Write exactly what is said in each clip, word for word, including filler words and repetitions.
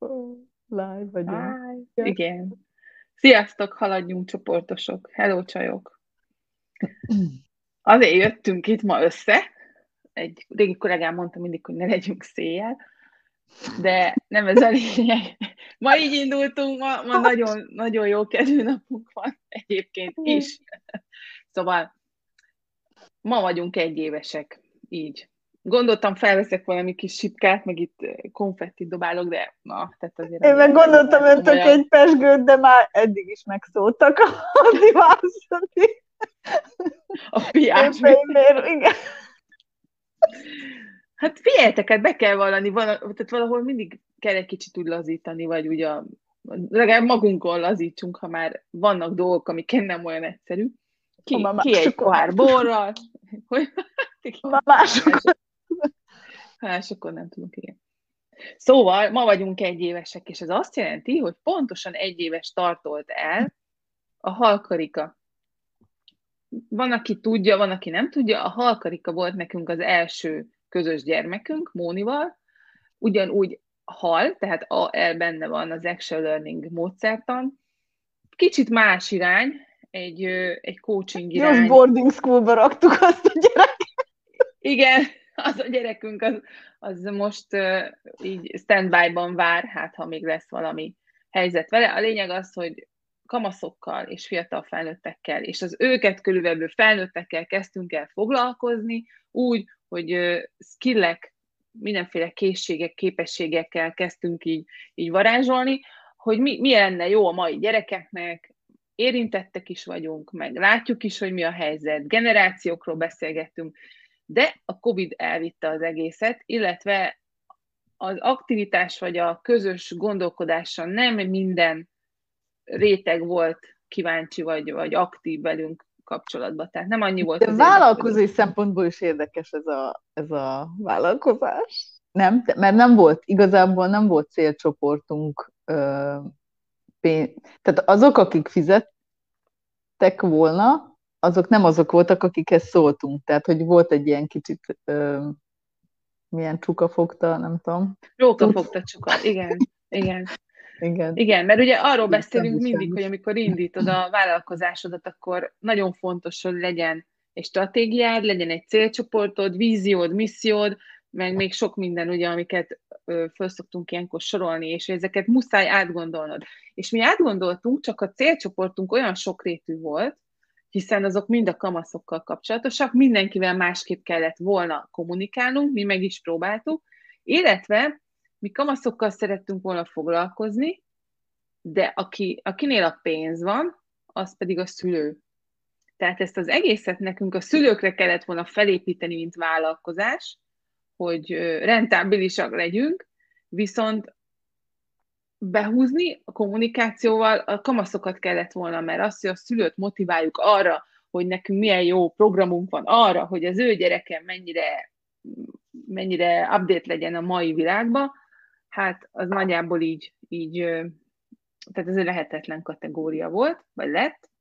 Live vagyunk. Hi. Igen. Sziasztok, haladjunk csoportosok. Hello, csajok. Azért jöttünk itt ma össze. Egy régi kollégám mondta mindig, hogy ne legyünk széjjel, de nem ez a lényeg. Ma így indultunk, ma, ma nagyon, nagyon jó kedvű napunk van egyébként is. Szóval ma vagyunk egyévesek, így. Gondoltam, felveszek valami kis sipkát, meg itt konfettit dobálok, de na, tehát azért... Én meg gondoltam, öntök egy pesgőt, de már eddig is megszóltak a divászati. A piás. Igen. Hát figyeljetek, hát be kell vallani, van, tehát valahol mindig kell egy kicsit úgy lazítani, vagy úgy a, legalább magunkon lazítsunk, ha már vannak dolgok, amik nem olyan egyszerű. Ki, ki egy pohár borral, hogy ma másokon. Másokon nem tudunk, igen. Szóval ma vagyunk egyévesek, és ez azt jelenti, hogy pontosan egy éves tartolt el a Halkarika. Van, aki tudja, van, aki nem tudja, a Halkarika volt nekünk az első közös gyermekünk, Mónival, ugyanúgy hal, tehát A L benne van az Action Learning módszertan. Kicsit más irány, egy, egy coaching irány. Just boarding schoolba raktuk azt a gyereket. Igen, az a gyerekünk az, az most uh, így standby-ban vár, hát ha még lesz valami helyzet vele. A lényeg az, hogy kamaszokkal és fiatal felnőttekkel, és az őket körülvevő felnőttekkel kezdtünk el foglalkozni, úgy, hogy uh, skillek, mindenféle készségek, képességekkel kezdtünk így, így varázsolni, hogy mi, mi lenne jó a mai gyerekeknek, érintettek is vagyunk, meg látjuk is, hogy mi a helyzet, generációkról beszélgettünk, de a Covid elvitte az egészet, illetve az aktivitás vagy a közös gondolkodással nem minden réteg volt kíváncsi vagy, vagy aktív velünk kapcsolatban. Tehát nem annyi volt de az vállalkozói szempontból is érdekes ez a, ez a vállalkozás. Nem? Mert nem volt, igazából nem volt célcsoportunk. Ö, pénz... Tehát azok, akik fizettek volna, azok nem azok voltak, akikhez szóltunk. Tehát, hogy volt egy ilyen kicsit, ö, milyen csuka fogta, nem tudom. Róka fogta csuka, igen, igen. Igen. Igen, mert ugye arról beszélünk mindig, hogy amikor indítod a vállalkozásodat, akkor nagyon fontos, hogy legyen egy stratégiád, legyen egy célcsoportod, víziód, missziód, meg még sok minden, ugye, amiket föl szoktunk ilyenkor sorolni, és ezeket muszáj átgondolnod. És mi átgondoltunk, csak a célcsoportunk olyan sokrétű volt, hiszen azok mind a kamaszokkal kapcsolatosak, mindenkivel másképp kellett volna kommunikálnunk, mi meg is próbáltuk, illetve mi kamaszokkal szerettünk volna foglalkozni, de aki, akinél a pénz van, az pedig a szülő. Tehát ezt az egészet nekünk a szülőkre kellett volna felépíteni, mint vállalkozás, hogy rentábilisak legyünk, viszont behúzni a kommunikációval a kamaszokat kellett volna, mert azt, hogy a szülőt motiváljuk arra, hogy nekünk milyen jó programunk van arra, hogy az ő gyereke mennyire, mennyire update legyen a mai világban, hát az nagyjából így, így, tehát ez egy lehetetlen kategória volt, vagy lett,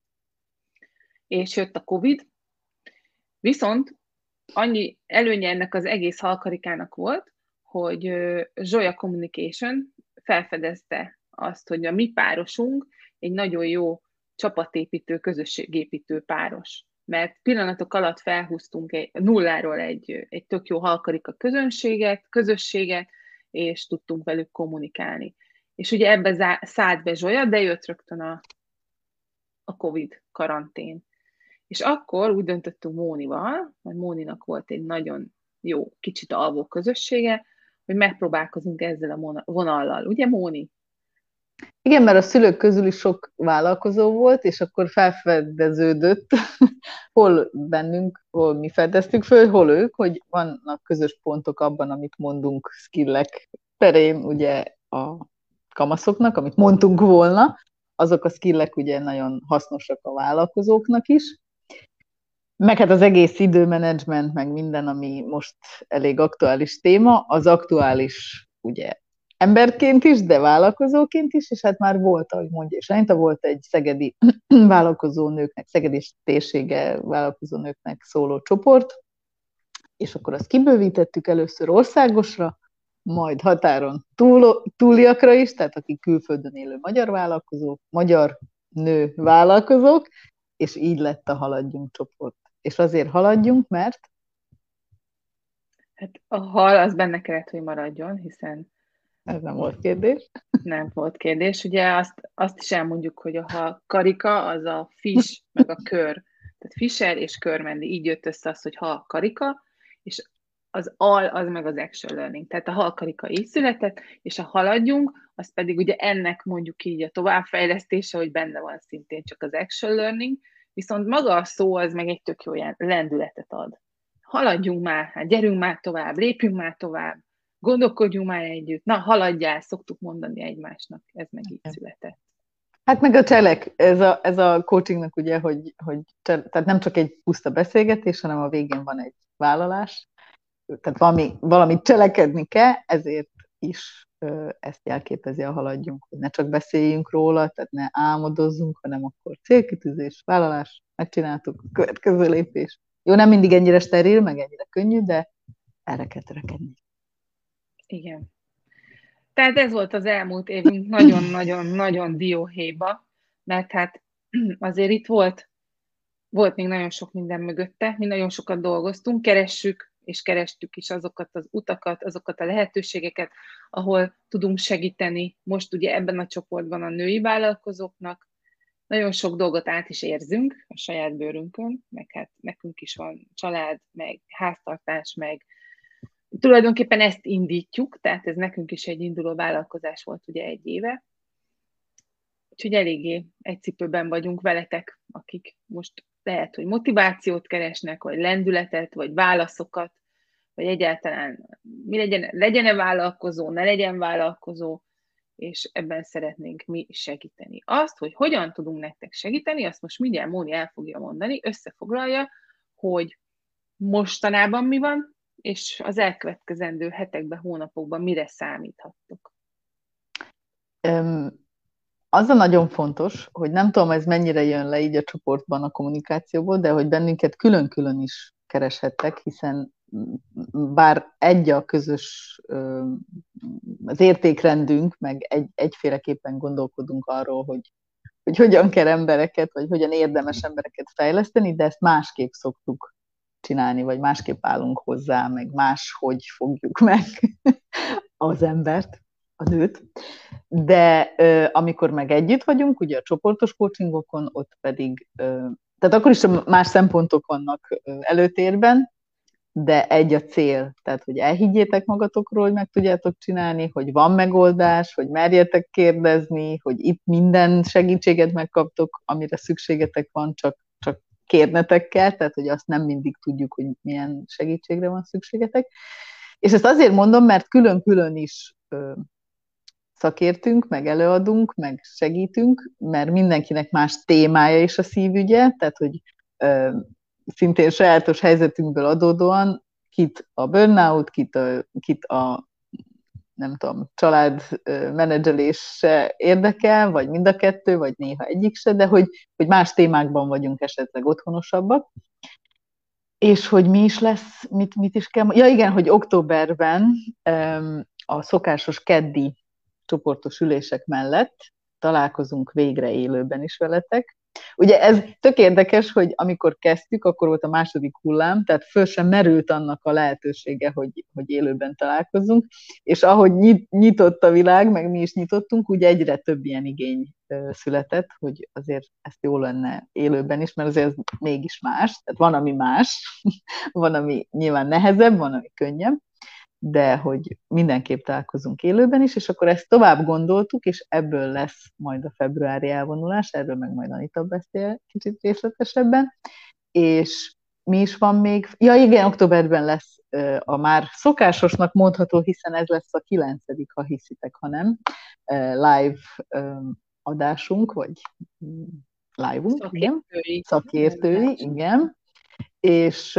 és jött a Covid, viszont annyi előnye ennek az egész Halkarikának volt, hogy Zsolya Communication felfedezte azt, hogy a mi párosunk egy nagyon jó csapatépítő, közösségépítő páros. Mert pillanatok alatt felhúztunk egy, nulláról egy, egy tök jó Halkarika közönséget, közösséget, és tudtunk velük kommunikálni. És ugye ebbe szállt be Zsolya, de jött rögtön a, a Covid karantén. És akkor úgy döntöttünk Mónival, mert Móninak volt egy nagyon jó, kicsit alvó közössége, hogy megpróbálkozunk ezzel a vonallal. Ugye, Móni? Igen, mert a szülők közül is sok vállalkozó volt, és akkor felfedeződött, hol bennünk, hol mi fedeztük föl, hol ők, hogy vannak közös pontok abban, amit mondunk skillek terén, ugye a kamaszoknak, amit mondtunk volna, azok a skillek ugye nagyon hasznosak a vállalkozóknak is. Meg hát az egész időmenedzsment, meg minden, ami most elég aktuális téma, az aktuális ugye emberként is, de vállalkozóként is, és hát már volt, ahogy mondja, és Anita volt egy szegedi vállalkozónőknek, szegedi térsége vállalkozónőknek szóló csoport, és akkor azt kibővítettük először országosra, majd határon túl, túliakra is, tehát akik külföldön élő magyar vállalkozók, magyar nő vállalkozók, és így lett a Haladjunk csoport. És azért haladjunk, mert Hát a hal az benne kellett, hogy maradjon, hiszen ez nem volt kérdés. nem volt kérdés. Ugye azt, azt is elmondjuk, hogy a hal karika az a fish meg a kör. Tehát fisher és körmendi. Így jött össze az, hogy hal karika, és az al az meg az action learning. Tehát a hal karika így született, és a haladjunk, az pedig ugye ennek mondjuk így a továbbfejlesztése, hogy benne van szintén csak az action learning, viszont maga a szó az meg egy tök jó lendületet ad. Haladjunk már, hát gyerünk már tovább, lépjünk már tovább, gondolkodjunk már együtt. Na, haladjál, szoktuk mondani egymásnak. Ez meg így született. Hát meg a cselek, ez a, ez a coachingnak ugye, hogy, hogy csele, tehát nem csak egy puszta beszélgetés, hanem a végén van egy vállalás. Tehát valami, valamit cselekedni kell, ezért is ezt jelképezi a haladjunk, hogy ne csak beszéljünk róla, tehát ne álmodozzunk, hanem akkor célkitűzés, vállalás, megcsináltuk, következő lépés. Jó, nem mindig ennyire steril, meg ennyire könnyű, de erre kell törekedni. Igen. Tehát ez volt az elmúlt évünk nagyon-nagyon-nagyon dióhéjba, mert hát azért itt volt, volt még nagyon sok minden mögötte, mi nagyon sokat dolgoztunk, keressük és kerestük is azokat az utakat, azokat a lehetőségeket, ahol tudunk segíteni. Most ugye ebben a csoportban a női vállalkozóknak nagyon sok dolgot át is érzünk a saját bőrünkön, meg hát nekünk is van család, meg háztartás, meg tulajdonképpen ezt indítjuk, tehát ez nekünk is egy induló vállalkozás volt ugye egy éve. Úgyhogy eléggé egy cipőben vagyunk veletek, akik most lehet, hogy motivációt keresnek, vagy lendületet, vagy válaszokat, vagy egyáltalán mi legyen, legyen-e vállalkozó, ne legyen vállalkozó, és ebben szeretnénk mi segíteni. Azt, hogy hogyan tudunk nektek segíteni, azt most mindjárt Móni el fogja mondani, összefoglalja, hogy mostanában mi van, és az elkövetkezendő hetekben, hónapokban mire számíthattok. Um, az a nagyon fontos, hogy nem tudom, ez mennyire jön le így a csoportban a kommunikációból, de hogy bennünket külön-külön is kereshettek, hiszen bár egy a közös az értékrendünk, meg egy, egyféleképpen gondolkodunk arról, hogy, hogy hogyan kell embereket, vagy hogyan érdemes embereket fejleszteni, de ezt másképp szoktuk csinálni, vagy másképp állunk hozzá, meg máshogy fogjuk meg az embert, a nőt. De ö, amikor meg együtt vagyunk, ugye a csoportos coachingokon, ott pedig, ö, tehát akkor is más szempontok vannak ö, előtérben, de egy a cél, tehát hogy elhiggyétek magatokról, hogy meg tudjátok csinálni, hogy van megoldás, hogy merjetek kérdezni, hogy itt minden segítséget megkaptok, amire szükségetek van, csak, csak kérnetek kell, tehát hogy azt nem mindig tudjuk, hogy milyen segítségre van szükségetek. És ezt azért mondom, mert külön-külön is ö, szakértünk, meg előadunk, meg segítünk, mert mindenkinek más témája is a szívügye, tehát hogy ö, szintén sajátos helyzetünkből adódóan kit a burnout, kit a, kit a nem tudom, család menedzselése érdekel, vagy mind a kettő, vagy néha egyik se, de hogy, hogy más témákban vagyunk esetleg otthonosabbak. És hogy mi is lesz, mit, mit is kell... Ja igen, hogy októberben a szokásos keddi csoportos ülések mellett találkozunk végre élőben is veletek. Ugye ez tök érdekes, hogy amikor kezdtük, akkor volt a második hullám, tehát föl sem merült annak a lehetősége, hogy, hogy élőben találkozunk, és ahogy nyit, nyitott a világ, meg mi is nyitottunk, úgy egyre több ilyen igény született, hogy azért ezt jó lenne élőben is, mert azért ez mégis más, tehát van, ami más, van, ami nyilván nehezebb, van, ami könnyebb, de hogy mindenképp találkozunk élőben is, és akkor ezt tovább gondoltuk, és ebből lesz majd a februári elvonulás, erről meg majd Anita beszél kicsit részletesebben, és mi is van még? Ja igen, októberben lesz a már szokásosnak mondható, hiszen ez lesz a kilencedik, ha hiszitek, ha nem, live adásunk, vagy live-unk, igen, szakértői, igen, és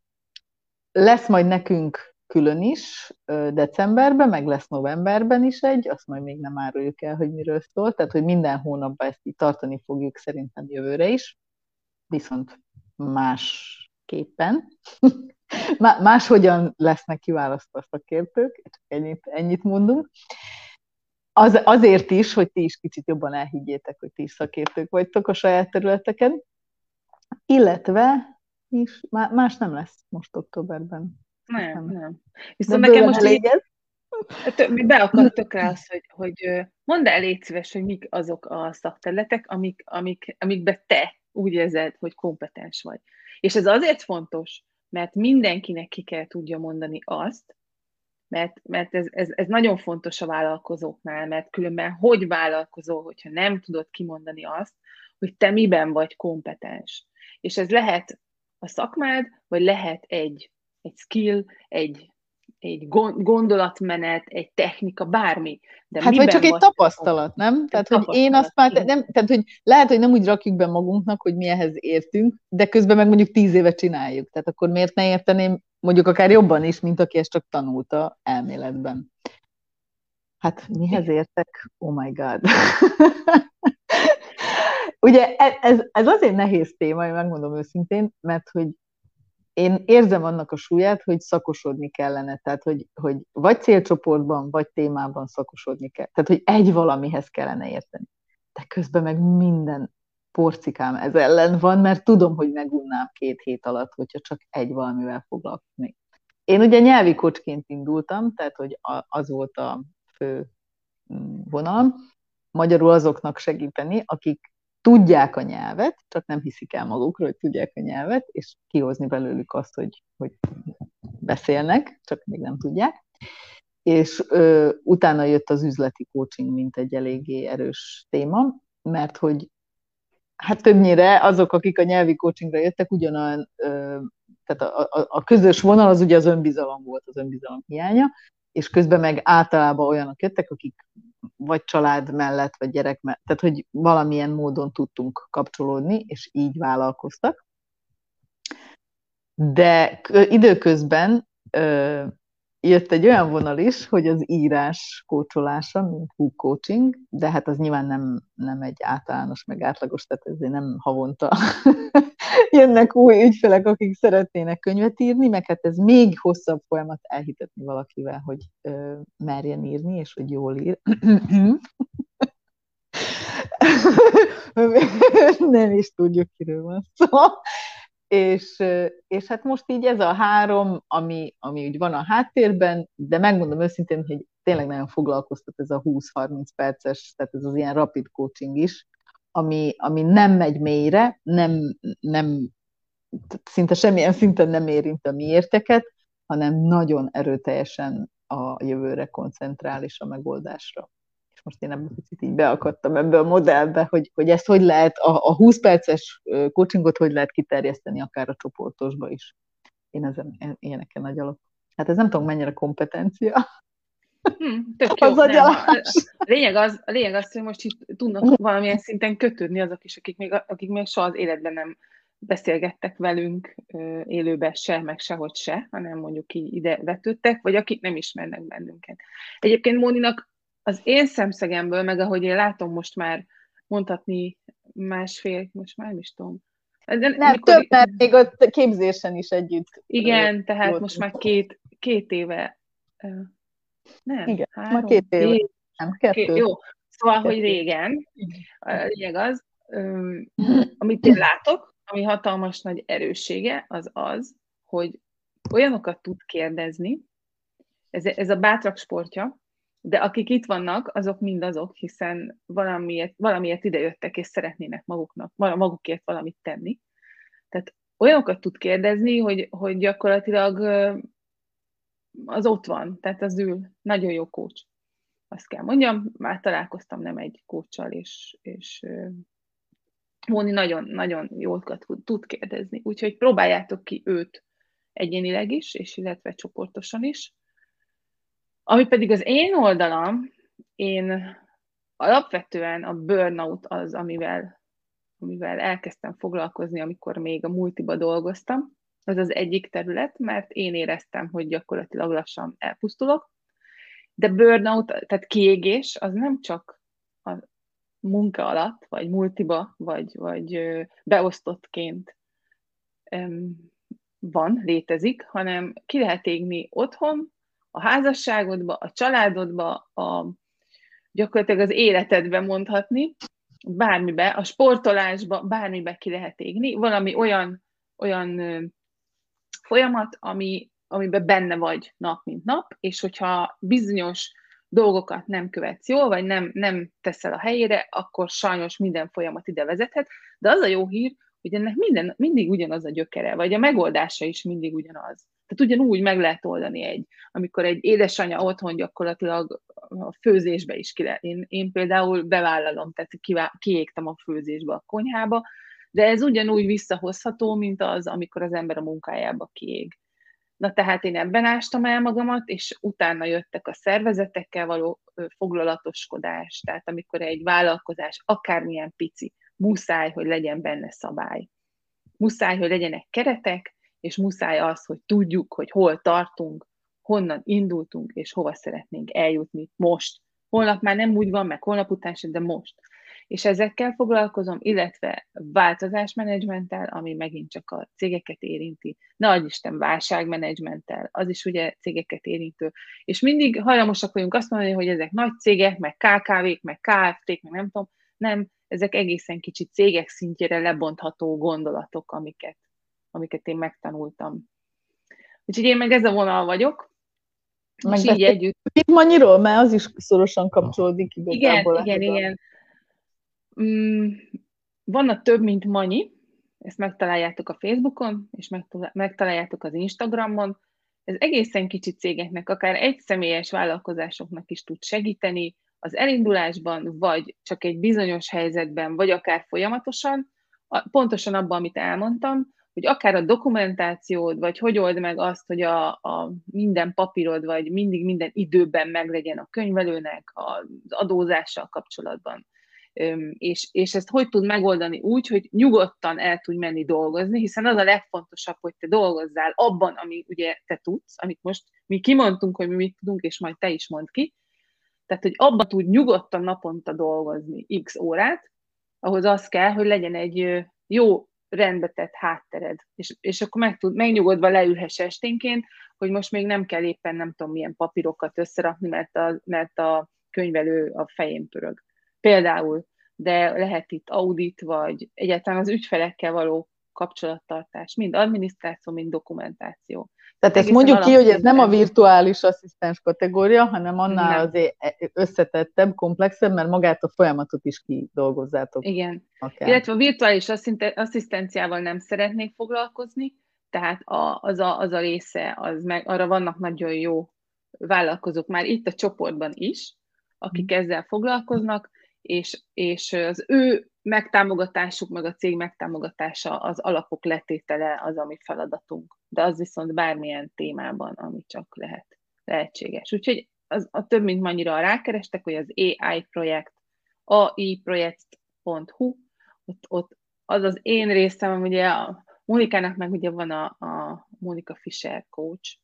lesz majd nekünk külön is, decemberben, meg lesz novemberben is egy, azt majd még nem áruljuk el, hogy miről szól, tehát hogy minden hónapban ezt így tartani fogjuk szerintem jövőre is, viszont másképpen. Máshogyan lesznek kiválasztva a szakértők, csak ennyit, ennyit mondunk. Az, azért is, hogy ti is kicsit jobban elhiggyétek, hogy ti is szakértők vagytok a saját területeken, illetve is, más nem lesz most októberben. Nem, nem. De Viszont nekem most így elég beakadt tökre az, hogy, hogy mondd el, légy szíves, hogy mik azok a szakterületek, amik, amik, amikben te úgy érzed, hogy kompetens vagy. És ez azért fontos, mert mindenkinek ki kell tudja mondani azt, mert, mert ez, ez, ez nagyon fontos a vállalkozóknál, mert különben hogy vállalkozol, hogyha nem tudod kimondani azt, hogy te miben vagy kompetens. És ez lehet a szakmád, vagy lehet egy, egy skill, egy, egy gondolatmenet, egy technika, bármi. De hát miben vagy csak egy vagy tapasztalat, nem? Tehát, hogy én azt már, nem, tehát, hogy lehet, hogy nem úgy rakjuk be magunknak, hogy mi ehhez értünk, de közben meg mondjuk tíz éve csináljuk. Tehát akkor miért ne érteném mondjuk akár jobban is, mint aki ezt csak tanulta elméletben. Hát mihez értek? Oh my god. Ugye ez, ez azért nehéz téma, én megmondom őszintén, mert hogy én érzem annak a súlyát, hogy szakosodni kellene, tehát hogy, hogy vagy célcsoportban, vagy témában szakosodni kell. Tehát, hogy egy valamihez kellene érteni. De közben meg minden porcikám ez ellen van, mert tudom, hogy megunnám két hét alatt, hogyha csak egy valamivel foglalkozni. Én ugye nyelvi kocsként indultam, tehát hogy az volt a fő vonalam, magyarul azoknak segíteni, akik tudják a nyelvet, csak nem hiszik el magukról, hogy tudják a nyelvet, és kihozni belőlük azt, hogy, hogy beszélnek, csak még nem tudják. És ö, utána jött az üzleti coaching, mint egy eléggé erős téma, mert hogy hát többnyire azok, akik a nyelvi coachingra jöttek, ugyanolyan, ö, tehát a, a, a közös vonal az ugye az önbizalom volt, az önbizalom hiánya, és közben meg általában olyanok jöttek, akik vagy család mellett, vagy gyerek mellett, tehát hogy valamilyen módon tudtunk kapcsolódni, és így vállalkoztak. De időközben ö, jött egy olyan vonal is, hogy az írás kócsolása, mint book coaching, de hát az nyilván nem, nem egy általános, meg átlagos, tehát ezért nem havonta jönnek új ügyfelek, akik szeretnének könyvet írni, meg hát ez még hosszabb folyamat elhitetni valakivel, hogy ö, merjen írni, és hogy jól ír. Nem is tudjuk, kiről van szó. És, és hát most így ez a három, ami, ami úgy van a háttérben, de megmondom őszintén, hogy tényleg nagyon foglalkoztat ez a húsz-harminc perces, tehát ez az ilyen rapid coaching is, ami, ami nem megy mélyre, nem, nem, szinte semmilyen szinten nem érint a mi érteket, hanem nagyon erőteljesen a jövőre koncentrál és a megoldásra. És most én ebben picit így beakadtam ebbe a modellbe, hogy, hogy ezt hogy lehet, a, a húsz perces coachingot hogy lehet kiterjeszteni akár a csoportosba is. Én ezen, ilyeneken nagy alap. Hát ez nem tudom, mennyire kompetencia. Hmm, tök jó. Az Nem. A, lényeg az, a lényeg az, hogy most itt tudnak valamilyen szinten kötődni azok is, akik még, akik még soha az életben nem beszélgettek velünk élőben se, meg sehogy se, hanem mondjuk így ide vetődtek, vagy akik nem ismernek bennünket. Egyébként Móninak az én szemszegemből, meg ahogy én látom most már mondhatni másfél, most már nem is tudom. De nem, mikor... több, mert még ott képzésen is együtt. Igen, tehát voltunk. Most már két, két éve, nem, igen, három, már két éve. Két, nem, kettő. Két, jó, szóval, kettő. hogy régen, a lényeg az, um, amit én látok, ami hatalmas nagy erőssége, az az, hogy olyanokat tud kérdezni, ez, ez a bátrak sportja, de akik itt vannak, azok mind azok, hiszen valamiért, valamiért idejöttek, és szeretnének maguknak, magukért valamit tenni. Tehát olyanokat tud kérdezni, hogy, hogy gyakorlatilag az ott van, tehát az ül, nagyon jó coach. Azt kell mondjam, már találkoztam nem egy coachsal, és, és Móni nagyon-nagyon jól tud kérdezni. Úgyhogy próbáljátok ki őt egyénileg is, és illetve csoportosan is. Ami pedig az én oldalam, én alapvetően a burnout az, amivel, amivel elkezdtem foglalkozni, amikor még a multiba dolgoztam. Ez az egyik terület, mert én éreztem, hogy gyakorlatilag lassan elpusztulok. De burnout, tehát kiégés, az nem csak a munka alatt, vagy multiba, vagy, vagy beosztottként van, létezik, hanem ki lehet égni otthon, a házasságodba, a családodba, a, gyakorlatilag az életedbe mondhatni, bármibe, a sportolásba, bármibe ki lehet égni, valami olyan, olyan folyamat, ami, amiben benne vagy nap, mint nap, és hogyha bizonyos dolgokat nem követsz jól, vagy nem, nem teszel a helyére, akkor sajnos minden folyamat ide vezethet, de az a jó hír, hogy ennek minden, mindig ugyanaz a gyökere, vagy a megoldása is mindig ugyanaz. Tehát ugyanúgy meg lehet oldani egy, amikor egy édesanyja otthon gyakorlatilag a főzésbe is ki lehet. Én, én például bevállalom, tehát kiégtem a főzésbe, a konyhába, de ez ugyanúgy visszahozható, mint az, amikor az ember a munkájába kiég. Na tehát én ebben ástam el magamat, és utána jöttek a szervezetekkel való foglalatoskodás, tehát amikor egy vállalkozás akármilyen pici, muszáj, hogy legyen benne szabály. Muszáj, hogy legyenek keretek, és muszáj az, hogy tudjuk, hogy hol tartunk, honnan indultunk, és hova szeretnénk eljutni most. Holnap már nem úgy van, meg holnap után sem, de most. És ezekkel foglalkozom, illetve változásmenedzsmenttel, ami megint csak a cégeket érinti, ne adj Isten válságmenedzsmenttel, az is ugye cégeket érintő. És mindig hajlamosak vagyunk azt mondani, hogy ezek nagy cégek, meg ká ká vék, meg ká ef ték, meg nem tudom, nem, ezek egészen kicsi cégek szintjére lebontható gondolatok, amiket, amiket én megtanultam. Úgyhogy én meg ez a vonal vagyok, meg és így együtt. Manyiról, mert az is szorosan kapcsolódik igazából. Igen, igen, igen. Mm, vannak több, mint Manyi, ezt megtaláljátok a Facebookon, és megtaláljátok az Instagramon. Ez egészen kicsi cégeknek, akár egyszemélyes vállalkozásoknak is tud segíteni az elindulásban, vagy csak egy bizonyos helyzetben, vagy akár folyamatosan, pontosan abban, amit elmondtam, hogy akár a dokumentációd, vagy hogy old meg azt, hogy a, a minden papírod, vagy mindig minden időben meglegyen a könyvelőnek az adózással kapcsolatban. És, és ezt hogy tud megoldani úgy, hogy nyugodtan el tudj menni dolgozni, hiszen az a legfontosabb, hogy te dolgozzál abban, ami ugye te tudsz, amit most mi kimondtunk, hogy mi mit tudunk, és majd te is mondd ki. Tehát, hogy abban tud nyugodtan naponta dolgozni x órát, ahhoz az kell, hogy legyen egy jó rendbetett háttered. És, és akkor meg tud, megnyugodva leülhess esténként, hogy most még nem kell éppen nem tudom milyen papírokat összerakni, mert a, mert a könyvelő a fején pörög. Például, de lehet itt audit, vagy egyáltalán az ügyfelekkel való kapcsolattartás, mind adminisztráció, mind dokumentáció. Tehát ezt mondjuk ki, hogy ez nem a virtuális asszisztens kategória, hanem annál nem. Azért összetettebb, komplexebb, mert magát a folyamatot is kidolgozzátok. Igen. Akár. Illetve a virtuális asszisztenciával nem szeretnék foglalkozni, tehát a, az, a, az a része, az meg, arra vannak nagyon jó vállalkozók már itt a csoportban is, akik ezzel foglalkoznak, és, és az ő megtámogatásuk, meg a cég megtámogatása, az alapok letétele az, ami feladatunk. De az viszont bármilyen témában, ami csak lehet, lehetséges. Úgyhogy az, a több mint annyira rákerestek, hogy az á i projekt, á i projekt pont hu, ott, ott az az én részem, ugye a Mónikának meg ugye van a, a Mónika Fischer coach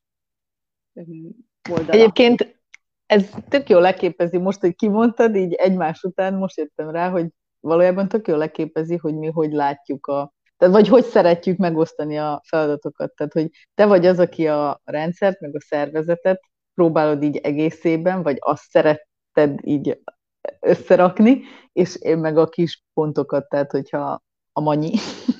oldala. Egyébként ez tök jól leképezi, most, hogy kimondtad, így egymás után most jöttem rá, hogy valójában tök jól leképezi, hogy mi hogy látjuk a, tehát vagy hogy szeretjük megosztani a feladatokat. Tehát, hogy te vagy az, aki a rendszert, meg a szervezetet próbálod így egészében, vagy azt szeretted így összerakni, és én meg a kis pontokat, tehát hogyha a Manyi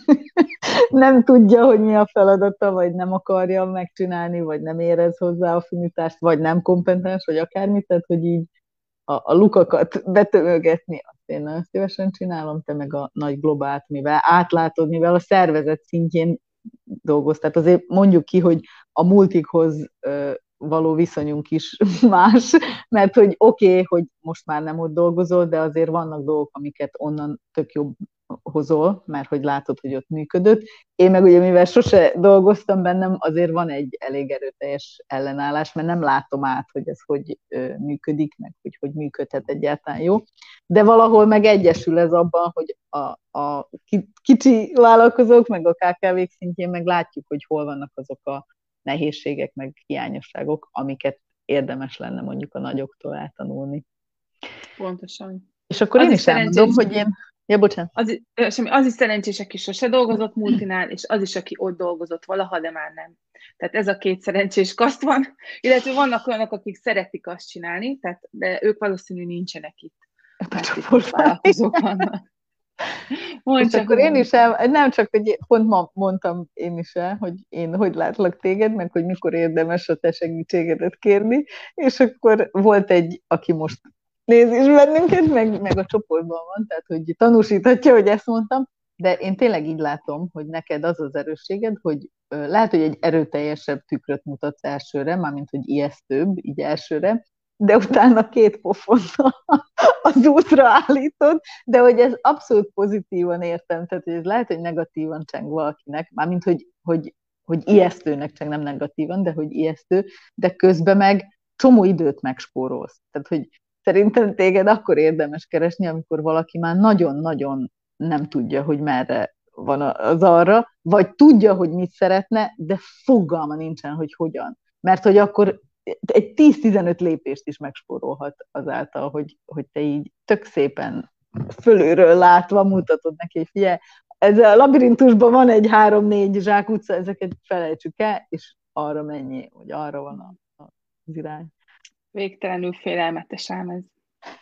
nem tudja, hogy mi a feladata, vagy nem akarja megcsinálni, vagy nem érez hozzá affinitást, vagy nem kompetens, vagy akármit, tehát hogy így a, a lukakat betömögetni, azt én nagyon szívesen csinálom, te meg a nagy globált, mivel átlátod, mivel a szervezet szintjén dolgoz. Tehát azért mondjuk ki, hogy a multikhoz való viszonyunk is más, mert hogy oké, okay, hogy most már nem ott dolgozol, de azért vannak dolgok, amiket onnan tök jobb hozol, mert hogy látod, hogy ott működött. Én meg ugye, mivel sose dolgoztam bennem, azért van egy elég erőteljes ellenállás, mert nem látom át, hogy ez hogy működik, meg hogy hogy működhet egyáltalán jó. De valahol meg egyesül ez abban, hogy a, a kicsi vállalkozók, meg a ká ká vék szintjén meg látjuk, hogy hol vannak azok a nehézségek, meg hiányosságok, amiket érdemes lenne mondjuk a nagyoktól eltanulni. Pontosan. És akkor az én is elmondom, hogy én Ja, bocsánat. Az, i- semmi, az is szerencsés, aki sose dolgozott multinál, és az is, aki ott dolgozott valaha, de már nem. Tehát ez a két szerencsés kaszt van, illetve vannak olyanok, akik szeretik azt csinálni, tehát, de ők valószínű nincsenek itt, mert itt most vállalkozók vannak. Mondd És csak, akkor én mondd. is el, nem csak, hogy pont ma mondtam én is el, hogy én hogy látlak téged, meg hogy mikor érdemes a te segítségedet kérni, és akkor volt egy, aki most néz is bennünket, meg, meg a csoportban van, tehát hogy tanúsíthatja, hogy ezt mondtam, de én tényleg így látom, hogy neked az az erősséged, hogy ö, lehet, hogy egy erőteljesebb tükröt mutatsz elsőre, mármint, hogy ijesztőbb, így elsőre, de utána két pofonnal az útra állítod, de hogy ez abszolút pozitívan értem, tehát hogy ez lehet, hogy negatívan cseng valakinek, mármint, hogy, hogy, hogy ijesztőnek cseng, nem negatívan, de hogy ijesztő, de közben meg csomó időt megspórolsz. Tehát, hogy szerintem téged akkor érdemes keresni, amikor valaki már nagyon-nagyon nem tudja, hogy merre van az arra, vagy tudja, hogy mit szeretne, de fogalma nincsen, hogy hogyan. Mert hogy akkor egy tíz-tizenöt lépést is megspórolhat azáltal, hogy, hogy te így tök szépen fölülről látva mutatod neki, hogy figyelj, ez a labirintusban van egy három-négy zsákutca, ezeket felejtsük el, és arra mennyi, hogy arra van a, a, az irány. Végtelenül félelmetes ám ez.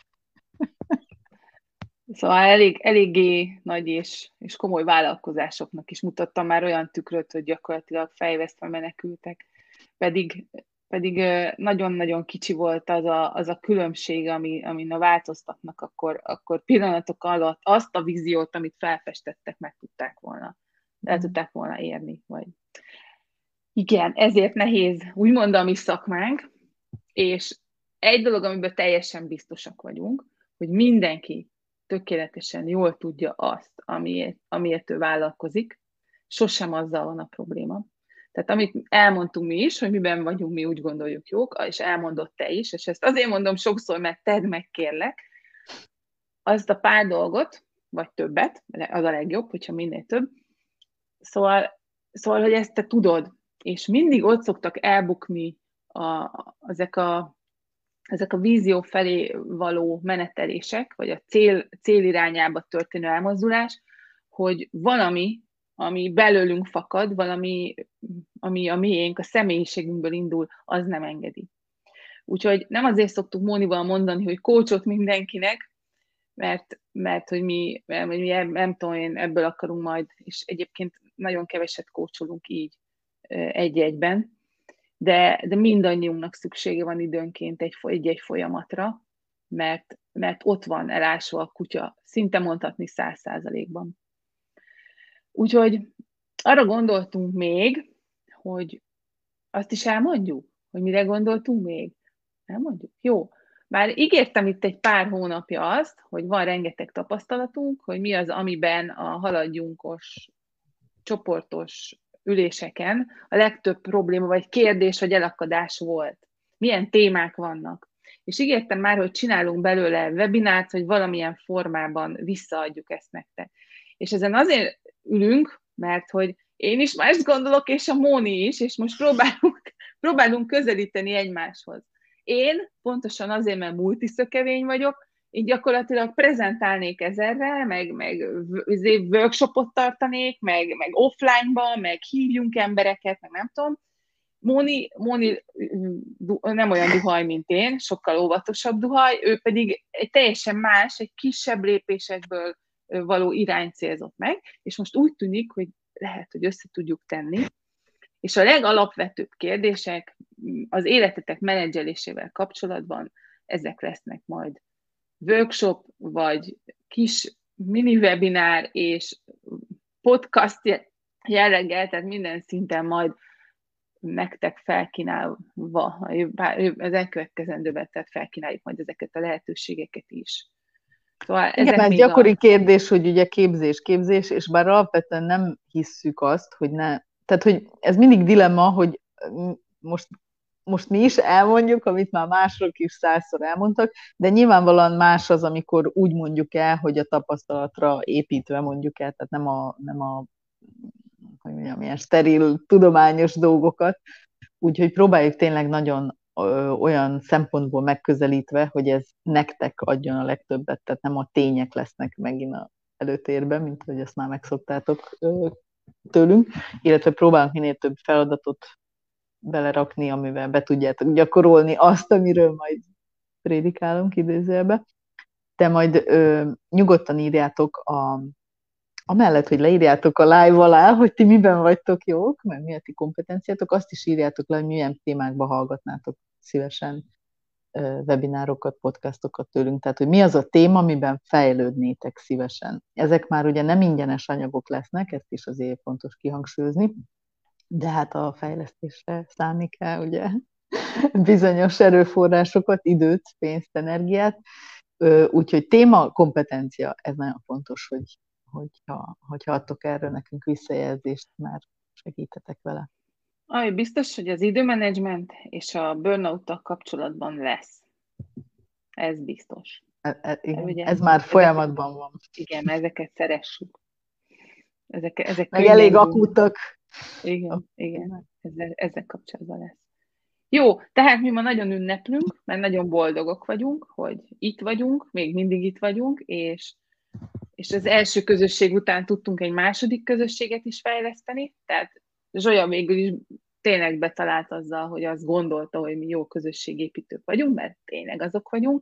Szóval elég, eléggé nagy és, és komoly vállalkozásoknak is mutattam már olyan tükröt, hogy gyakorlatilag fejvesztve menekültek. Pedig, pedig nagyon-nagyon kicsi volt az a, az a különbség, ami, amin a változtatnak, akkor, akkor pillanatok alatt azt a víziót, amit felfestettek, meg tudták volna, el tudták volna érni. Vagy... Igen, ezért nehéz, úgymond a mi szakmánk, és egy dolog, amiben teljesen biztosak vagyunk, hogy mindenki tökéletesen jól tudja azt, amiért, amiért ő vállalkozik, sosem azzal van a probléma. Tehát amit elmondtunk mi is, hogy miben vagyunk, mi úgy gondoljuk jók, és elmondott te is, és ezt azért mondom sokszor, mert tedd meg, kérlek, azt a pár dolgot, vagy többet, az a legjobb, hogyha minél több, szóval, szóval hogy ezt te tudod, és mindig ott szoktak elbukni a, ezek a ezek a vízió felé való menetelések, vagy a cél, cél irányába történő elmozdulás, hogy valami, ami belőlünk fakad, valami, ami a miénk, a személyiségünkből indul, az nem engedi. Úgyhogy nem azért szoktuk Mónival mondani, hogy coachot mindenkinek, mert, mert hogy mi, mert, mi nem tudom én, ebből akarunk majd, és egyébként nagyon keveset coacholunk így egy-egyben, de, de mindannyiunknak szüksége van időnként egy, egy-egy folyamatra, mert, mert ott van elásva a kutya, szinte mondhatni száz százalékban. Úgyhogy arra gondoltunk még, hogy azt is elmondjuk, hogy mire gondoltunk még. Elmondjuk? Jó. Már ígértem itt egy pár hónapja azt, hogy van rengeteg tapasztalatunk, hogy mi az, amiben a haladjunkos, csoportos üléseken a legtöbb probléma, vagy kérdés, vagy elakadás volt. Milyen témák vannak. És ígértem már, hogy csinálunk belőle webinárt, hogy valamilyen formában visszaadjuk ezt nektek. És ezen azért ülünk, mert hogy én is mást gondolok, és a Móni is, és most próbálunk, próbálunk közelíteni egymáshoz. Én pontosan azért, mert multiszökevény vagyok, így gyakorlatilag prezentálnék ezerrel, meg, meg workshopot tartanék, meg, meg offline-ba, meg hívjunk embereket, meg nem tudom. Móni, Móni nem olyan duhaj, mint én, sokkal óvatosabb duhaj, ő pedig egy teljesen más, egy kisebb lépésekből való irány célzott meg, és most úgy tűnik, hogy lehet, hogy össze tudjuk tenni. És a legalapvetőbb kérdések az életetek menedzselésével kapcsolatban ezek lesznek majd workshop, vagy kis mini webinár és podcast jelleggel, tehát minden szinten majd nektek felkínálva, az elkövetkezendőben, tehát felkínáljuk majd ezeket a lehetőségeket is. Szóval igen, ez gyakori a... kérdés, hogy ugye képzés, képzés, és bár alapvetően nem hisszük azt, hogy ne, tehát hogy ez mindig dilemma, hogy most most mi is elmondjuk, amit már mások is százszor elmondtak, de nyilvánvalóan más az, amikor úgy mondjuk el, hogy a tapasztalatra építve mondjuk el, tehát nem a, nem a hogy mondjam, ilyen steril, tudományos dolgokat, úgyhogy próbáljuk tényleg nagyon ö, olyan szempontból megközelítve, hogy ez nektek adjon a legtöbbet, tehát nem a tények lesznek megint a előtérbe, mint hogy ezt már megszoktátok ö, tőlünk, illetve próbálunk minél több feladatot belerakni, amivel be tudjátok gyakorolni azt, amiről majd prédikálunk idézőjelbe. De majd ö, nyugodtan írjátok a, amellett, hogy leírjátok a live alá, hogy ti miben vagytok jók, meg mi a ti kompetenciátok, azt is írjátok le, hogy milyen témákba hallgatnátok szívesen ö, webinárokat, podcastokat tőlünk, tehát hogy mi az a téma, amiben fejlődnétek szívesen. Ezek már ugye nem ingyenes anyagok lesznek, ezt is azért fontos kihangsúlyozni, de hát a fejlesztésre szállni kell, ugye, bizonyos erőforrásokat, időt, pénzt, energiát, úgyhogy téma, kompetencia, ez nagyon fontos, hogy, hogyha, hogyha adtok erről nekünk visszajelzést, mert segítetek vele. Aj, biztos, hogy az időmenedzsment és a burnout-tal kapcsolatban lesz. Ez biztos. E, e, igen, ugye, ez már folyamatban van. Igen, ezeket szeressük. Ezek, ezek meg elég akútak. Igen, igen, ezzel, ezzel kapcsolatban lesz. Jó, tehát mi ma nagyon ünneplünk, mert nagyon boldogok vagyunk, hogy itt vagyunk, még mindig itt vagyunk, és, és az első közösség után tudtunk egy második közösséget is fejleszteni, tehát Zsolya végül is tényleg betalált azzal, hogy azt gondolta, hogy mi jó közösségépítők vagyunk, mert tényleg azok vagyunk,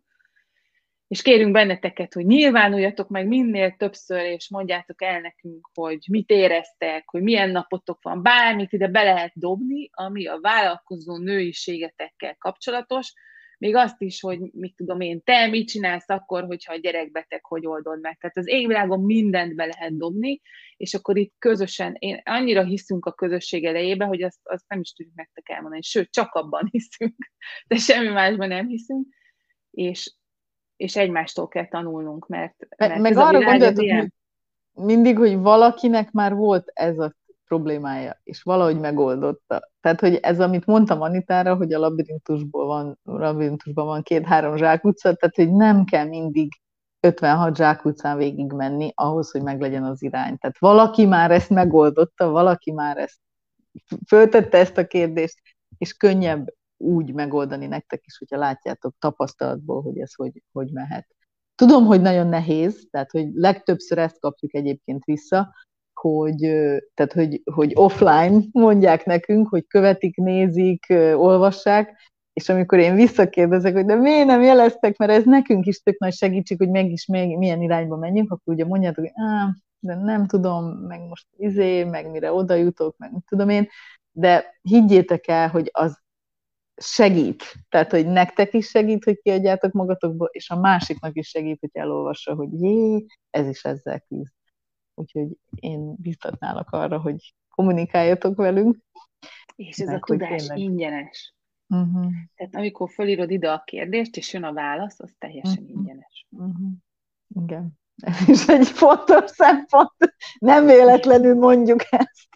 és kérünk benneteket, hogy nyilvánuljatok meg minél többször, és mondjátok el nekünk, hogy mit éreztek, hogy milyen napotok van, bármit ide be lehet dobni, ami a vállalkozó nőiségetekkel kapcsolatos, még azt is, hogy mit tudom én, te mit csinálsz akkor, hogyha a gyerek beteg, hogy oldod meg. Tehát az égvilágon mindent be lehet dobni, és akkor itt közösen, én annyira hiszünk a közösség elejébe, hogy azt, azt nem is tudjuk nektek elmondani, sőt, csak abban hiszünk, de semmi másban nem hiszünk, és és egymástól kell tanulnunk, mert, mert meg ez arra a világ gondoltok ilyen. Mindig, hogy valakinek már volt ez a problémája, és valahogy megoldotta. Tehát, hogy ez, amit mondtam Anitára, hogy a labirintusból van, labirintusban van két-három zsákutca, tehát, hogy nem kell mindig ötvenhat zsákutcán végig menni ahhoz, hogy meglegyen az irány. Tehát valaki már ezt megoldotta, valaki már ezt föltette ezt a kérdést, és könnyebb úgy megoldani nektek is, hogyha látjátok tapasztalatból, hogy ez hogy, hogy mehet. Tudom, hogy nagyon nehéz, tehát hogy legtöbbször ezt kapjuk egyébként vissza, hogy, tehát, hogy, hogy offline mondják nekünk, hogy követik, nézik, olvassák, és amikor én visszakérdezek, hogy de miért nem jeleztek, mert ez nekünk is tök nagy segítség, hogy meg is még milyen irányba menjünk, akkor ugye mondjátok, hogy áh, de nem tudom, meg most izé, meg mire oda jutok, meg mit tudom én, de higgyétek el, hogy az segít. Tehát, hogy nektek is segít, hogy kiadjátok magatokból, és a másiknak is segít, hogy elolvassa, hogy jé, ez is ezzel küzd. Úgyhogy én biztatnálak arra, hogy kommunikáljatok velünk. És ez meg, a tudás tényleg ingyenes. Uh-huh. Tehát amikor fölírod ide a kérdést, és jön a válasz, az teljesen uh-huh. ingyenes. Uh-huh. Igen. Ez is egy fontos szempont. Nem véletlenül mondjuk ezt.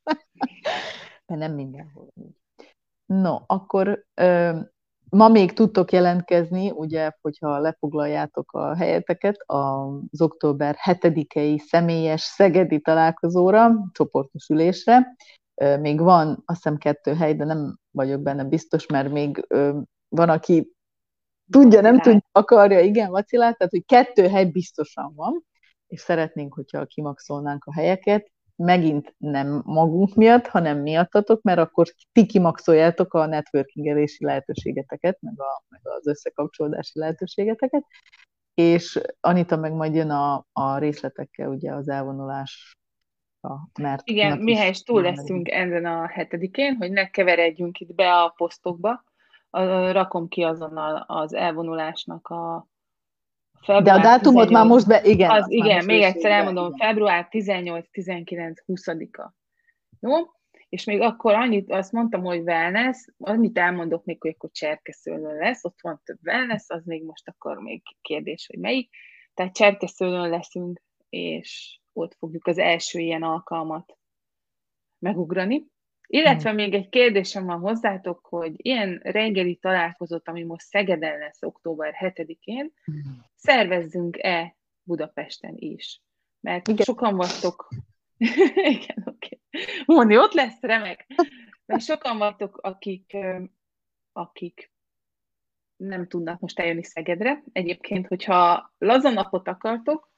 De nem mindenhol. No, akkor ö, ma még tudtok jelentkezni, ugye, hogyha lefoglaljátok a helyeteket az október hetedikei személyes szegedi találkozóra, csoportos ülésre. Ö, még van, azt hiszem, kettő hely, de nem vagyok benne biztos, mert még ö, van, aki tudja, nem tudja, akarja, igen, vacilál, tehát, hogy kettő hely biztosan van, és szeretnénk, hogyha kimaxolnánk a helyeket, megint nem magunk miatt, hanem miattatok, mert akkor ti kimaxoljátok a networkingelési lehetőségeteket, meg, a, meg az összekapcsolódási lehetőségeteket, és Anita meg majd jön a, a részletekkel ugye az elvonulás. Mert igen, mihez is túl leszünk ezen a hetedikén, hogy ne keveredjünk itt be a posztokba, rakom ki azonnal az elvonulásnak a de a dátumot már most be, igen. Az, igen, még egyszer elmondom, igen. február tizennyolc tizenkilenc huszadika. Jó? És még akkor annyit, azt mondtam, hogy wellness, annyit elmondok még, hogy akkor Cserkeszőlőn lesz, ott van több wellness, az még most akkor még kérdés, hogy melyik. Tehát Cserkeszőlőn leszünk, és ott fogjuk az első ilyen alkalmat megugrani. Illetve hmm. még egy kérdésem van hozzátok, hogy ilyen reggeli találkozót, ami most Szegeden lesz október hetedikén, hmm. szervezzünk-e Budapesten is? Mert igen. sokan vagytok... igen, oké. Okay. Mondni, ott lesz, remek. Mert sokan vagytok, akik, akik nem tudnak most eljönni Szegedre. Egyébként, hogyha lazanapot akartok,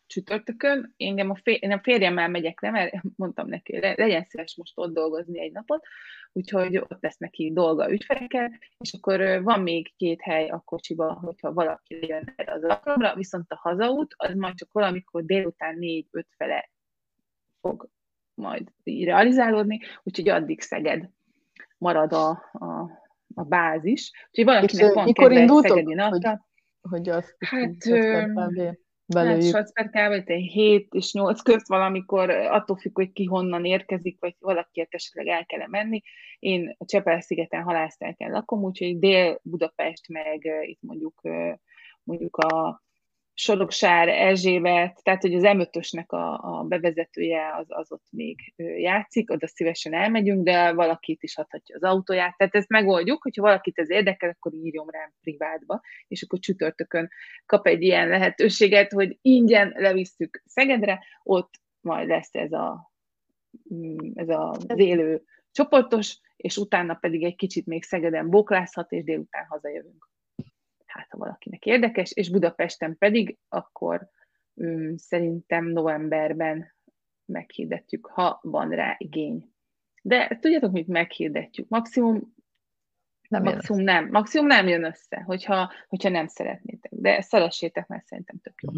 csütörtökön, engem a, fér, én a férjemmel megyek le, mert mondtam neki, hogy legyen szíves most ott dolgozni egy napot, úgyhogy ott lesz neki dolga ügyfelekkel, és akkor van még két hely a kocsiba, hogyha valaki jön erre az alkalomra, viszont a hazaút, az majd csak valamikor délután négy-öt fele fog majd realizálódni, úgyhogy addig Szeged marad a, a, a bázis. Úgyhogy valakinek és van mikor kedve egy indultok, szegedi hogy, napra. hogy azt Hát, hát hát Salzbergában hét és nyolc közt valamikor, attól függ, hogy ki honnan érkezik, vagy valakiért esetleg el kell menni. Én a Csepel-szigeten Halásztelken lakom, úgyhogy Dél-Budapest, meg itt mondjuk, mondjuk a Soroksár, Erzsébet, tehát hogy az em ötösnek a, a bevezetője az, az ott még játszik, oda szívesen elmegyünk, de valakit is adhatja az autóját, tehát ezt megoldjuk, hogyha valakit ez érdekel, akkor írjon rám privátba, és akkor csütörtökön kap egy ilyen lehetőséget, hogy ingyen levisszük Szegedre, ott majd lesz ez a, ez az élő csoportos, és utána pedig egy kicsit még Szegeden bóklázhat, és délután hazajövünk. Hát, ha valakinek érdekes, és Budapesten pedig, akkor um, szerintem novemberben meghirdetjük, ha van rá igény. De tudjátok, mit meghirdetjük? Maximum nem, maximum nem, maximum nem jön össze, hogyha, hogyha nem szeretnétek. De szeressétek, mert szerintem tök jó.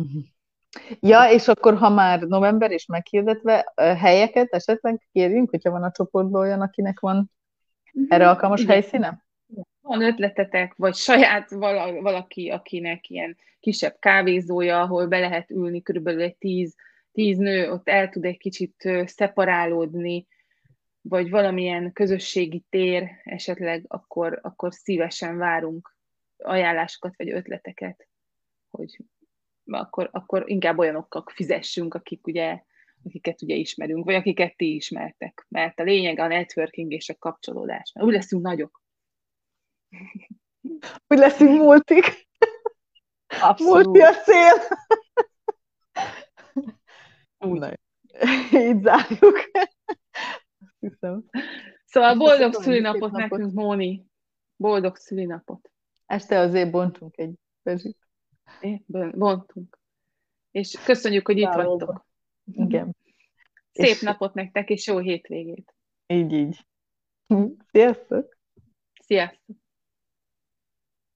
Ja, és akkor, ha már november is meghirdetve, helyeket esetleg kérjünk, hogyha van a csoportban olyan, akinek van erre alkalmas igen. helyszíne? Van ötletetek, vagy saját valaki, akinek ilyen kisebb kávézója, ahol be lehet ülni, körülbelül egy tíz, tíz nő, ott el tud egy kicsit szeparálódni, vagy valamilyen közösségi tér esetleg, akkor, akkor szívesen várunk ajánlásokat, vagy ötleteket, hogy akkor, akkor inkább olyanokkal fizessünk, akik ugye, akiket ugye ismerünk, vagy akiket ti ismertek. Mert a lényeg a networking és a kapcsolódás. Mert úgy leszünk nagyok. Úgy leszünk multik. Abszolút. Multi a cél. Úgy. Így zárjuk. Hiszem. Szóval boldog szülinapot nekünk, Móni. Boldog szülinapot. Este azért bontunk egy bezsit. Bontunk. És köszönjük, hogy itt vagytok. Igen. Szép és... napot nektek, és jó hétvégét. Így, így. Sziasztok! Sziasztok!